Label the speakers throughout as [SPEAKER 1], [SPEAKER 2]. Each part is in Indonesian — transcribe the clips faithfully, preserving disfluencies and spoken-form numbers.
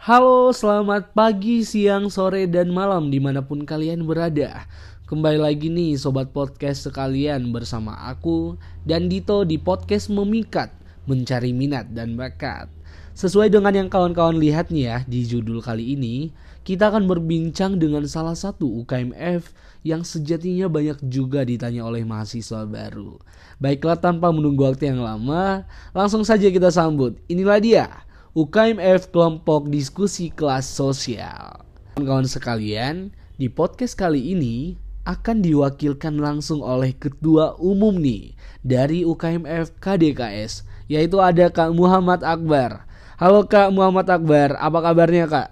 [SPEAKER 1] Halo, selamat pagi, siang, sore, dan malam dimanapun kalian berada. Kembali lagi nih Sobat Podcast sekalian bersama aku dan Dito di Podcast Memikat, Mencari Minat dan Bakat. Sesuai dengan yang kawan-kawan lihat nih ya di judul kali ini, kita akan berbincang dengan salah satu U K M F yang sejatinya banyak juga ditanya oleh mahasiswa baru. Baiklah, tanpa menunggu waktu yang lama, langsung saja kita sambut. Inilah dia U K M F Kelompok Diskusi Kelas Sosial. Kawan-kawan sekalian, di podcast kali ini akan diwakilkan langsung oleh Ketua Umum nih dari U K M F K D K S, yaitu ada Kak Muhammad Akbar. Halo Kak Muhammad Akbar, apa kabarnya Kak?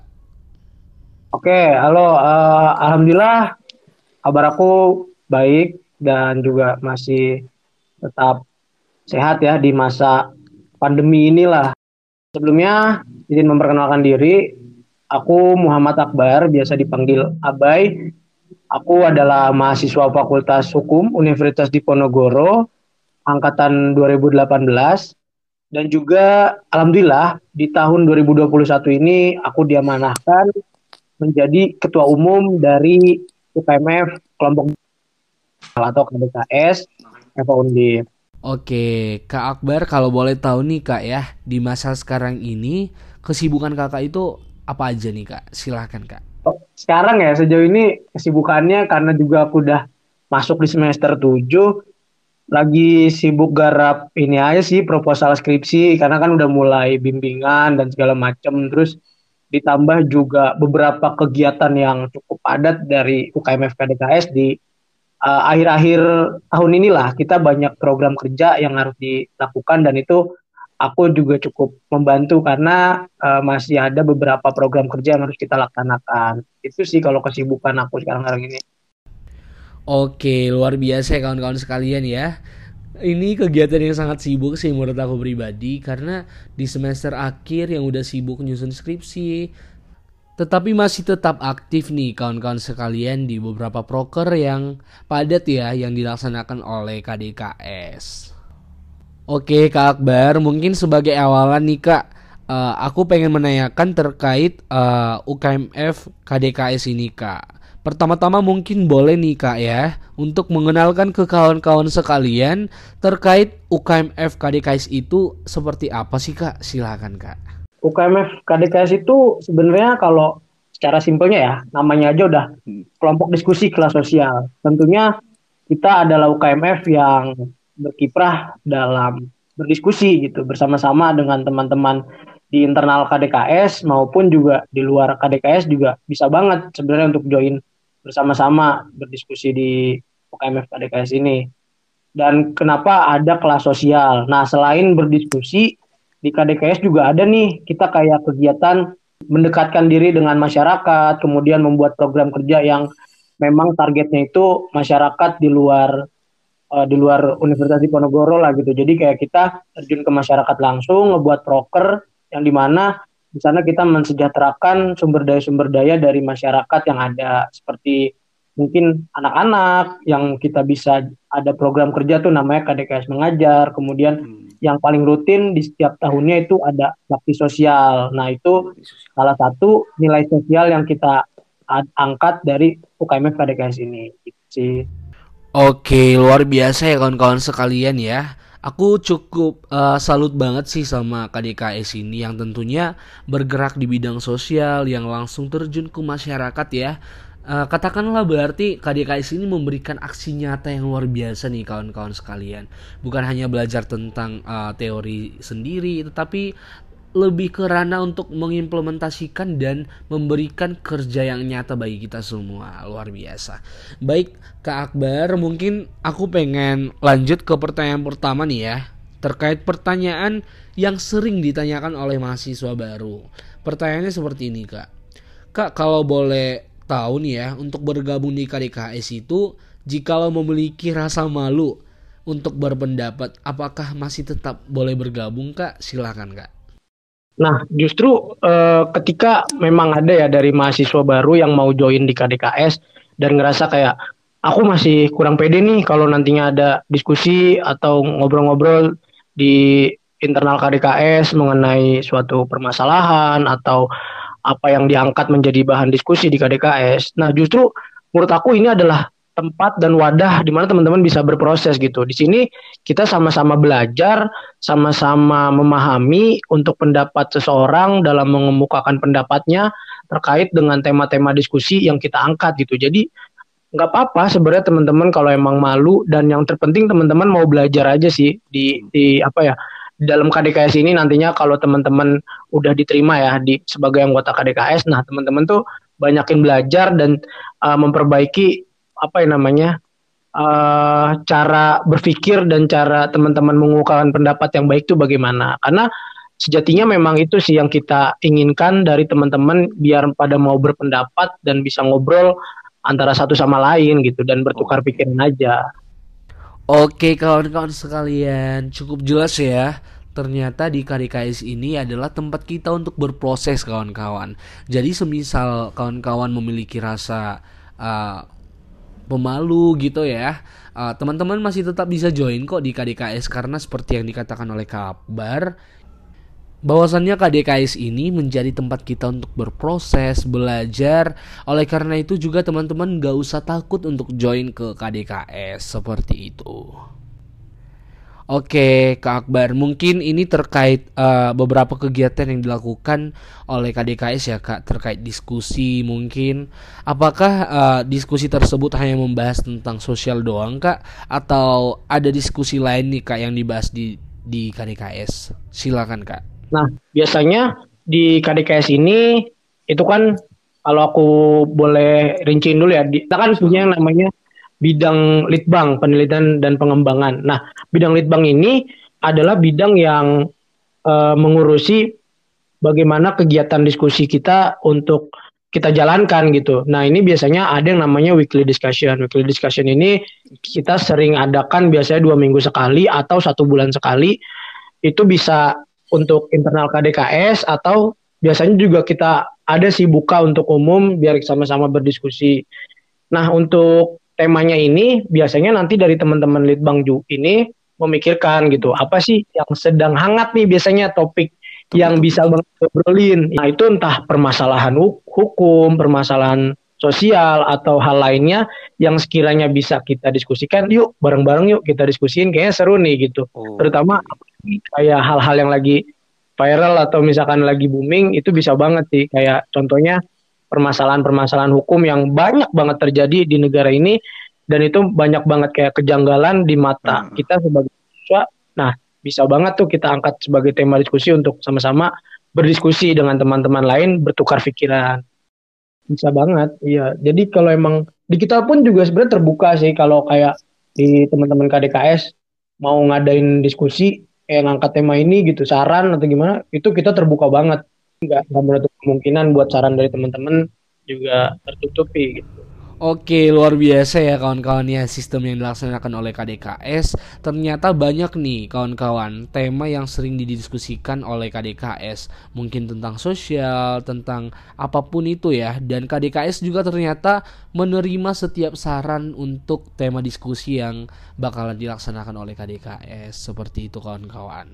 [SPEAKER 2] Oke, halo. Uh, Alhamdulillah, kabar aku baik dan juga masih tetap sehat ya di masa pandemi inilah. Sebelumnya, izin memperkenalkan diri. Aku Muhammad Akbar, biasa dipanggil Abai. Aku adalah mahasiswa Fakultas Hukum Universitas Diponegoro, angkatan dua ribu delapan belas. Dan juga Alhamdulillah di tahun dua ribu dua puluh satu ini aku diamanahkan menjadi ketua umum dari U K M F kelompok atau K D K S Eva Undip.
[SPEAKER 1] Oke, Kak Akbar, kalau boleh tahu nih Kak ya, di masa sekarang ini kesibukan Kakak itu apa aja nih Kak? Silahkan Kak.
[SPEAKER 2] Sekarang ya sejauh ini kesibukannya karena juga aku udah masuk di semester tujuh, lagi sibuk garap ini aja sih, proposal skripsi karena kan udah mulai bimbingan dan segala macam. Terus ditambah juga beberapa kegiatan yang cukup padat dari U K M F K D K S di uh, akhir-akhir tahun inilah. Kita banyak program kerja yang harus dilakukan dan itu aku juga cukup membantu karena uh, masih ada beberapa program kerja yang harus kita laksanakan. Itu sih kalau kesibukan aku sekarang-sekarang ini.
[SPEAKER 1] Oke, luar biasa ya kawan-kawan sekalian ya. Ini kegiatan yang sangat sibuk sih menurut aku pribadi, karena di semester akhir yang udah sibuk nyusun skripsi, tetapi masih tetap aktif nih kawan-kawan sekalian di beberapa proker yang padat ya yang dilaksanakan oleh K D K S. Oke Kak Akbar, mungkin sebagai awalan nih Kak, uh, aku pengen menanyakan terkait uh, U K M F K D K S ini Kak. Pertama-tama mungkin boleh nih Kak ya, untuk mengenalkan ke kawan-kawan sekalian terkait U K M F K D K S itu seperti apa sih Kak? Silakan Kak.
[SPEAKER 2] U K M F K D K S itu sebenarnya kalau secara simpelnya ya, namanya aja udah kelompok diskusi kelas sosial. Tentunya kita adalah U K M F yang berkiprah dalam berdiskusi gitu bersama-sama dengan teman-teman di internal K D K S maupun juga di luar K D K S juga bisa banget sebenarnya untuk join bersama-sama berdiskusi di U K M F K D K S ini. Dan kenapa ada kelas sosial? Nah, selain berdiskusi di K D K S juga ada nih kita kayak kegiatan mendekatkan diri dengan masyarakat, kemudian membuat program kerja yang memang targetnya itu masyarakat di luar uh, di luar Universitas Diponegoro lah gitu. Jadi kayak kita terjun ke masyarakat langsung, ngebuat proker yang dimana di sana kita mensejahterakan sumber daya-sumber daya dari masyarakat yang ada, seperti mungkin anak-anak yang kita bisa ada program kerja tuh namanya K D K S Mengajar. Kemudian hmm. yang paling rutin di setiap tahunnya itu ada bakti sosial. Nah itu salah satu nilai sosial yang kita angkat dari U K M F K D K S ini gitu sih.
[SPEAKER 1] Oke, luar biasa ya kawan-kawan sekalian ya. Aku cukup uh, salut banget sih sama K D K S ini yang tentunya bergerak di bidang sosial yang langsung terjun ke masyarakat ya. Uh, katakanlah berarti K D K S ini memberikan aksi nyata yang luar biasa nih kawan-kawan sekalian. Bukan hanya belajar tentang uh, teori sendiri, tetapi lebih ke ranah untuk mengimplementasikan dan memberikan kerja yang nyata bagi kita semua. Luar biasa. Baik Kak Akbar, mungkin aku pengen lanjut ke pertanyaan pertama nih ya, terkait pertanyaan yang sering ditanyakan oleh mahasiswa baru. Pertanyaannya seperti ini Kak. Kak, kalau boleh tahu nih ya, untuk bergabung di K D K S itu, jikalau memiliki rasa malu untuk berpendapat, apakah masih tetap boleh bergabung Kak? Silakan Kak.
[SPEAKER 2] Nah, justru uh, ketika memang ada ya dari mahasiswa baru yang mau join di K D K S dan ngerasa kayak aku masih kurang pede nih kalau nantinya ada diskusi atau ngobrol-ngobrol di internal K D K S mengenai suatu permasalahan atau apa yang diangkat menjadi bahan diskusi di K D K S. Nah, justru menurut aku ini adalah tempat dan wadah di mana teman-teman bisa berproses gitu. Di sini kita sama-sama belajar, sama-sama memahami untuk pendapat seseorang dalam mengemukakan pendapatnya terkait dengan tema-tema diskusi yang kita angkat gitu. Jadi nggak apa-apa sebenarnya teman-teman kalau emang malu, dan yang terpenting teman-teman mau belajar aja sih di di apa ya di dalam K D K S ini. Nantinya kalau teman-teman udah diterima ya di sebagai anggota K D K S, nah teman-teman tuh banyakin belajar dan uh, memperbaiki apa yang namanya uh, cara berpikir dan cara teman-teman mengungkapkan pendapat yang baik itu bagaimana. Karena sejatinya memang itu sih yang kita inginkan dari teman-teman, biar pada mau berpendapat dan bisa ngobrol antara satu sama lain gitu dan bertukar pikiran aja.
[SPEAKER 1] Oke kawan-kawan sekalian, cukup jelas ya. Ternyata di K D K S ini adalah tempat kita untuk berproses kawan-kawan. Jadi semisal kawan-kawan memiliki rasa uh, pemalu gitu ya, uh, teman-teman masih tetap bisa join kok di K D K S, karena seperti yang dikatakan oleh Kak Akbar, bahwasannya K D K S ini menjadi tempat kita untuk berproses, belajar. Oleh karena itu juga teman-teman gak usah takut untuk join ke K D K S seperti itu. Oke Kak Akbar, mungkin ini terkait uh, beberapa kegiatan yang dilakukan oleh K D K S ya Kak, terkait diskusi mungkin. Apakah uh, diskusi tersebut hanya membahas tentang sosial doang Kak, atau ada diskusi lain nih Kak yang dibahas di di K D K S? Silakan Kak.
[SPEAKER 2] Nah, biasanya di K D K S ini itu kan, kalau aku boleh rinciin dulu ya, kita kan punya yang namanya bidang litbang, penelitian dan pengembangan. Nah, bidang litbang ini adalah bidang yang uh, mengurusi bagaimana kegiatan diskusi kita untuk kita jalankan gitu. Nah, ini biasanya ada yang namanya weekly discussion. Weekly discussion ini kita sering adakan biasanya dua minggu sekali atau satu bulan sekali. Itu bisa untuk internal K D K S, atau biasanya juga kita ada sih buka untuk umum biar sama-sama berdiskusi. Nah, untuk temanya ini biasanya nanti dari teman-teman Litbang Ju ini memikirkan gitu, apa sih yang sedang hangat nih biasanya topik yang bisa ngobrolin. Nah, itu entah permasalahan hukum, permasalahan sosial, atau hal lainnya yang sekiranya bisa kita diskusikan, yuk bareng-bareng yuk kita diskusiin, kayaknya seru nih gitu. Oh. Terutama kayak hal-hal yang lagi viral atau misalkan lagi booming, itu bisa banget sih. Kayak contohnya permasalahan-permasalahan hukum yang banyak banget terjadi di negara ini, dan itu banyak banget kayak kejanggalan di mata hmm. kita sebagai siswa. Nah, bisa banget tuh kita angkat sebagai tema diskusi untuk sama-sama berdiskusi dengan teman-teman lain, bertukar pikiran. Bisa banget, iya. Jadi kalau emang di kita pun juga sebenarnya terbuka sih, kalau kayak di teman-teman K D K S mau ngadain diskusi kayak ngangkat tema ini gitu, saran atau gimana, itu kita terbuka banget. Nggak, nggak menutup kemungkinan buat saran dari teman-teman juga tertutupi gitu.
[SPEAKER 1] Oke, luar biasa ya kawan-kawan ya sistem yang dilaksanakan oleh K D K S. Ternyata banyak nih kawan-kawan tema yang sering didiskusikan oleh K D K S. Mungkin tentang sosial, tentang apapun itu ya. Dan K D K S juga ternyata menerima setiap saran untuk tema diskusi yang bakalan dilaksanakan oleh K D K S. Seperti itu kawan-kawan.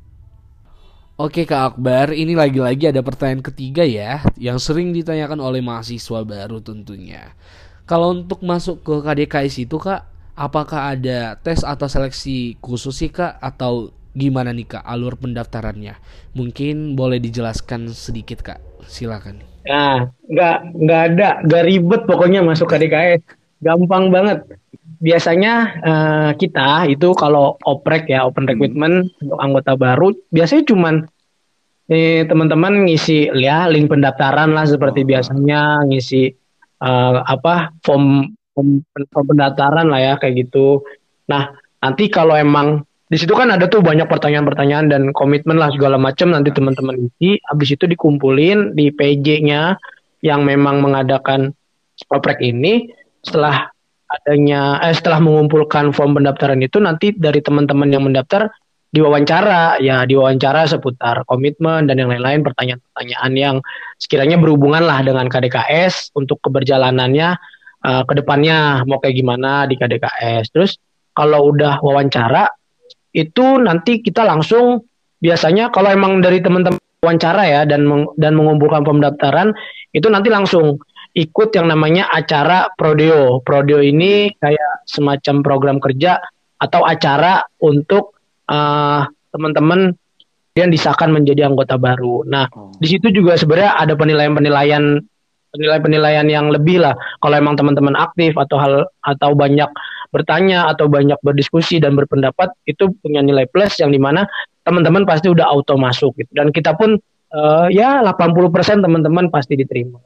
[SPEAKER 1] Oke Kak Akbar, ini lagi-lagi ada pertanyaan ketiga ya, yang sering ditanyakan oleh mahasiswa baru tentunya. Kalau untuk masuk ke K D K S itu Kak, apakah ada tes atau seleksi khusus sih Kak, atau gimana nih Kak alur pendaftarannya? Mungkin boleh dijelaskan sedikit Kak, silakan.
[SPEAKER 2] Nah, nggak nggak ada, nggak ribet pokoknya masuk K D K S, gampang banget. Biasanya uh, kita itu kalau oprek ya, open recruitment hmm. untuk anggota baru, biasanya cuman eh, teman-teman ngisi ya link pendaftaran lah seperti oh. biasanya, ngisi uh, apa form, form form pendaftaran lah ya kayak gitu. Nah, nanti kalau emang di situ kan ada tuh banyak pertanyaan-pertanyaan dan komitmen lah segala macam, nanti teman-teman isi, habis itu dikumpulin di P J-nya yang memang mengadakan oprek ini. Setelah adanya eh, setelah mengumpulkan form pendaftaran itu, nanti dari teman-teman yang mendaftar diwawancara ya diwawancara seputar komitmen dan yang lain-lain, pertanyaan-pertanyaan yang sekiranya berhubungan lah dengan K D K S untuk keberjalanannya uh, ke depannya mau kayak gimana di K D K S. Terus kalau udah wawancara itu nanti kita langsung, biasanya kalau emang dari teman-teman wawancara ya dan meng, dan mengumpulkan pendaftaran itu nanti langsung ikut yang namanya acara Prodeo. Prodeo ini kayak semacam program kerja atau acara untuk uh, teman-teman yang disahkan menjadi anggota baru. Nah, oh. di situ juga sebenarnya ada penilaian-penilaian penilaian-penilaian yang lebih lah. Kalau emang teman-teman aktif atau hal atau banyak bertanya atau banyak berdiskusi dan berpendapat, itu punya nilai plus yang dimana teman-teman pasti udah auto masuk gitu. Dan kita pun uh, ya delapan puluh persen teman-teman pasti diterima.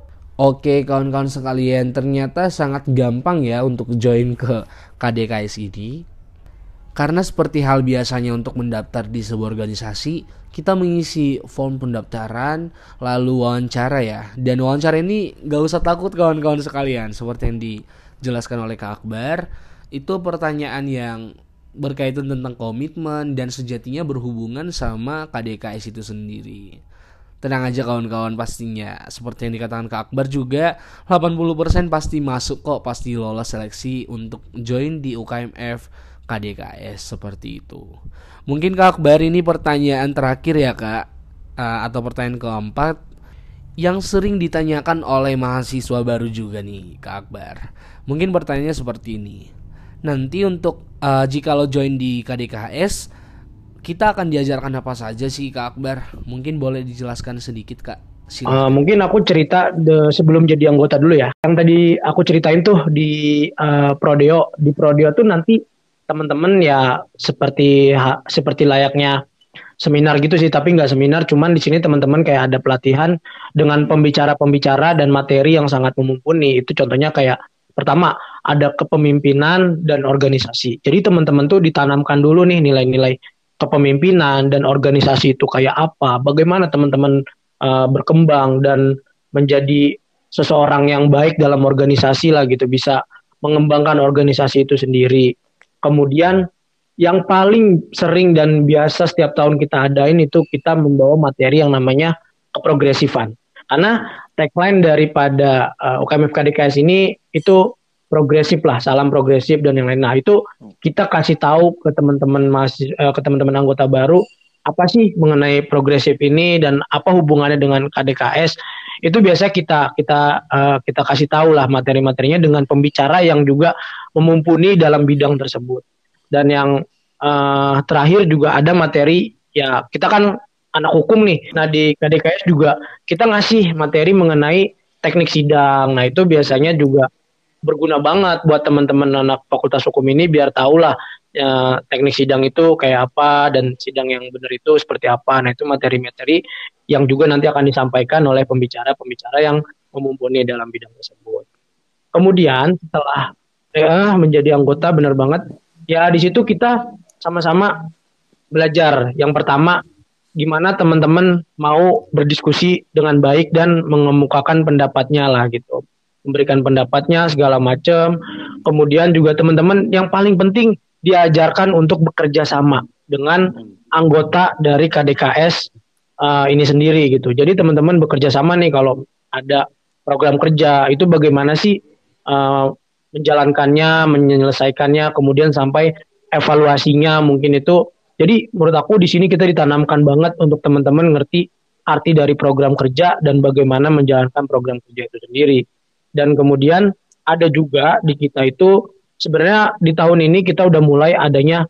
[SPEAKER 1] Oke kawan-kawan sekalian, ternyata sangat gampang ya untuk join ke K D K S ini. Karena seperti hal biasanya untuk mendaftar di sebuah organisasi, kita mengisi form pendaftaran, lalu wawancara ya. Dan wawancara ini gak usah takut kawan-kawan sekalian, seperti yang dijelaskan oleh Kak Akbar. Itu pertanyaan yang berkaitan tentang komitmen dan sejatinya berhubungan sama K D K S itu sendiri. Tenang aja kawan-kawan, pastinya seperti yang dikatakan Kak Akbar juga delapan puluh persen pasti masuk kok, pasti lolos seleksi untuk join di U K M F K D K S seperti itu. Mungkin Kak Akbar ini pertanyaan terakhir ya Kak, uh, atau pertanyaan keempat yang sering ditanyakan oleh mahasiswa baru juga nih Kak Akbar. Mungkin pertanyaannya seperti ini. Nanti untuk uh, jika lo join di K D K S, kita akan diajarkan apa saja sih Kak Akbar? Mungkin boleh dijelaskan sedikit Kak.
[SPEAKER 2] Uh, mungkin aku cerita de, sebelum jadi anggota dulu ya. Yang tadi aku ceritain tuh di uh, Prodeo. Di Prodeo tuh nanti teman-teman ya seperti ha, seperti layaknya seminar gitu sih, tapi nggak seminar. Cuman di sini teman-teman kayak ada pelatihan dengan pembicara-pembicara dan materi yang sangat mumpuni. Itu contohnya kayak pertama ada kepemimpinan dan organisasi. Jadi teman-teman tuh ditanamkan dulu nih nilai-nilai kepemimpinan dan organisasi itu kayak apa, bagaimana teman-teman uh, berkembang dan menjadi seseorang yang baik dalam organisasi lah gitu, bisa mengembangkan organisasi itu sendiri. Kemudian yang paling sering dan biasa setiap tahun kita adain itu kita membawa materi yang namanya keprogresifan. Karena tagline daripada uh, U K M F K D K S ini itu progresif lah, salam progresif dan yang lain. Nah itu kita kasih tahu ke teman-teman masih ke teman-teman anggota baru apa sih mengenai progresif ini dan apa hubungannya dengan K D K S. Itu biasa kita kita uh, kita kasih tahu lah materi-materinya dengan pembicara yang juga memumpuni dalam bidang tersebut. Dan yang uh, terakhir juga ada materi ya, kita kan anak hukum nih. Nah di K D K S juga kita ngasih materi mengenai teknik sidang. Nah itu biasanya juga berguna banget buat teman-teman anak Fakultas Hukum ini biar tahu lah ya, teknik sidang itu kayak apa dan sidang yang benar itu seperti apa. Nah itu materi-materi yang juga nanti akan disampaikan oleh pembicara-pembicara yang memumpuni dalam bidang tersebut. Kemudian setelah ya, menjadi anggota benar banget ya, di situ kita sama-sama belajar. Yang pertama gimana teman-teman mau berdiskusi dengan baik dan mengemukakan pendapatnya lah gitu, memberikan pendapatnya segala macam. Kemudian juga teman-teman yang paling penting diajarkan untuk bekerja sama dengan anggota dari K D K S uh, ini sendiri gitu. Jadi teman-teman bekerja sama nih kalau ada program kerja itu bagaimana sih uh, menjalankannya, menyelesaikannya, kemudian sampai evaluasinya mungkin itu. Jadi menurut aku di sini kita ditanamkan banget untuk teman-teman ngerti arti dari program kerja dan bagaimana menjalankan program kerja itu sendiri. Dan kemudian ada juga di kita itu sebenarnya di tahun ini kita udah mulai adanya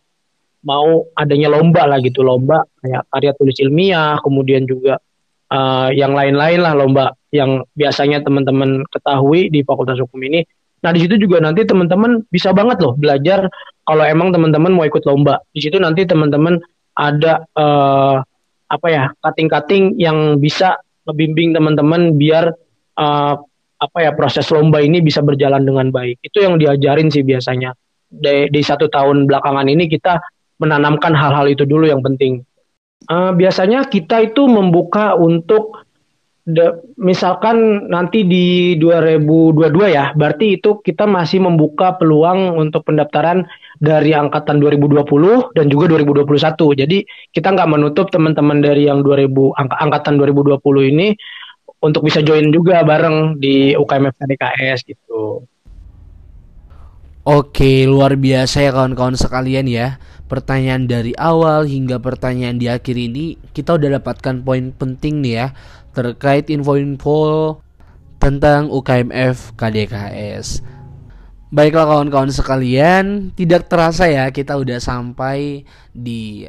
[SPEAKER 2] mau adanya lomba lah gitu, lomba kayak karya tulis ilmiah, kemudian juga uh, yang lain-lain lah, lomba yang biasanya teman-teman ketahui di Fakultas Hukum ini. Nah di situ juga nanti teman-teman bisa banget loh belajar kalau emang teman-teman mau ikut lomba. Di situ nanti teman-teman ada uh, apa ya, cutting-cutting yang bisa membimbing teman-teman biar uh, apa ya proses lomba ini bisa berjalan dengan baik. Itu yang diajarin sih biasanya. Di, di satu tahun belakangan ini kita menanamkan hal-hal itu dulu yang penting. Uh, biasanya kita itu membuka untuk de, misalkan nanti di dua ribu dua puluh dua ya, berarti itu kita masih membuka peluang untuk pendaftaran dari angkatan dua ribu dua puluh dan juga dua ribu dua puluh satu. Jadi kita nggak menutup teman-teman dari yang dua ribu angk- angkatan dua ribu dua puluh ini untuk bisa join juga bareng di U K M F K D K S gitu.
[SPEAKER 1] Oke, luar biasa ya kawan-kawan sekalian ya. Pertanyaan dari awal hingga pertanyaan di akhir ini kita udah dapatkan poin penting nih ya terkait info-info tentang U K M F K D K S. Baiklah kawan-kawan sekalian, tidak terasa ya kita udah sampai di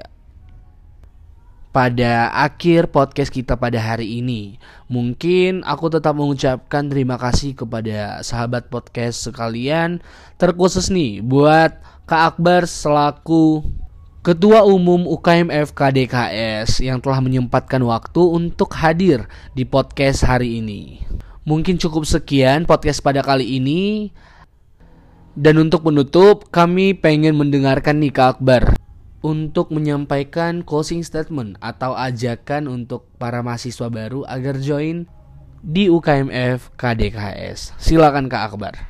[SPEAKER 1] pada akhir podcast kita pada hari ini. Mungkin aku tetap mengucapkan terima kasih kepada sahabat podcast sekalian, terkhusus nih buat Kak Akbar selaku Ketua Umum U K M F K D K S yang telah menyempatkan waktu untuk hadir di podcast hari ini. Mungkin cukup sekian podcast pada kali ini. Dan untuk menutup, kami pengen mendengarkan nih Kak Akbar untuk menyampaikan closing statement atau ajakan untuk para mahasiswa baru agar join di U K M F K D K S. Silakan Kak Akbar.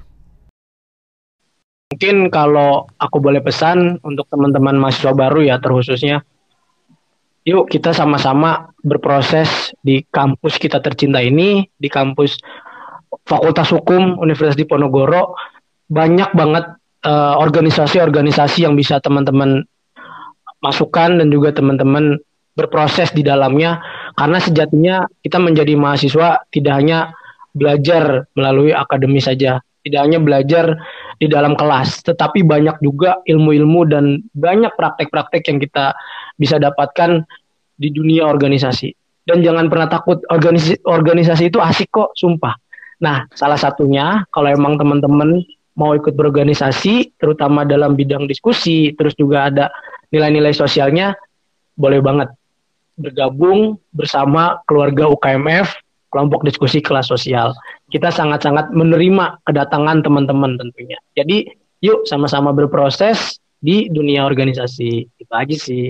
[SPEAKER 2] Mungkin kalau aku boleh pesan untuk teman-teman mahasiswa baru ya terkhususnya, yuk kita sama-sama berproses di kampus kita tercinta ini, di kampus Fakultas Hukum Universitas Diponegoro. Banyak banget uh, organisasi-organisasi yang bisa teman-teman masukan dan juga teman-teman berproses di dalamnya, karena sejatinya kita menjadi mahasiswa tidak hanya belajar melalui akademis saja, tidak hanya belajar di dalam kelas, tetapi banyak juga ilmu-ilmu dan banyak praktek-praktek yang kita bisa dapatkan di dunia organisasi. Dan jangan pernah takut, organisasi, organisasi itu asik kok, sumpah. Nah, salah satunya kalau emang teman-teman mau ikut berorganisasi, terutama dalam bidang diskusi, terus juga ada nilai-nilai sosialnya, boleh banget bergabung bersama keluarga U K M F, kelompok diskusi kelas sosial. Kita sangat-sangat menerima kedatangan teman-teman tentunya. Jadi yuk sama-sama berproses di dunia organisasi. Itu aja sih.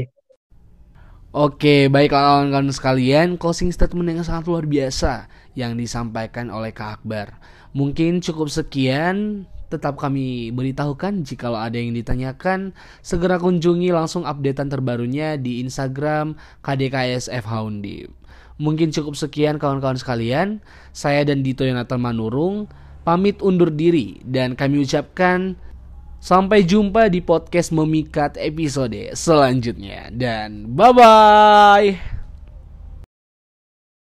[SPEAKER 1] Oke, baiklah kawan-kawan sekalian, closing statement yang sangat luar biasa yang disampaikan oleh Kak Akbar. Mungkin cukup sekian. Tetap kami beritahukan jika ada yang ditanyakan, segera kunjungi langsung updatean terbarunya di Instagram K D K S F H Undip. Mungkin cukup sekian kawan-kawan sekalian. Saya dan Dito Yonatan Manurung pamit undur diri dan kami ucapkan sampai jumpa di podcast Memikat episode selanjutnya dan bye-bye.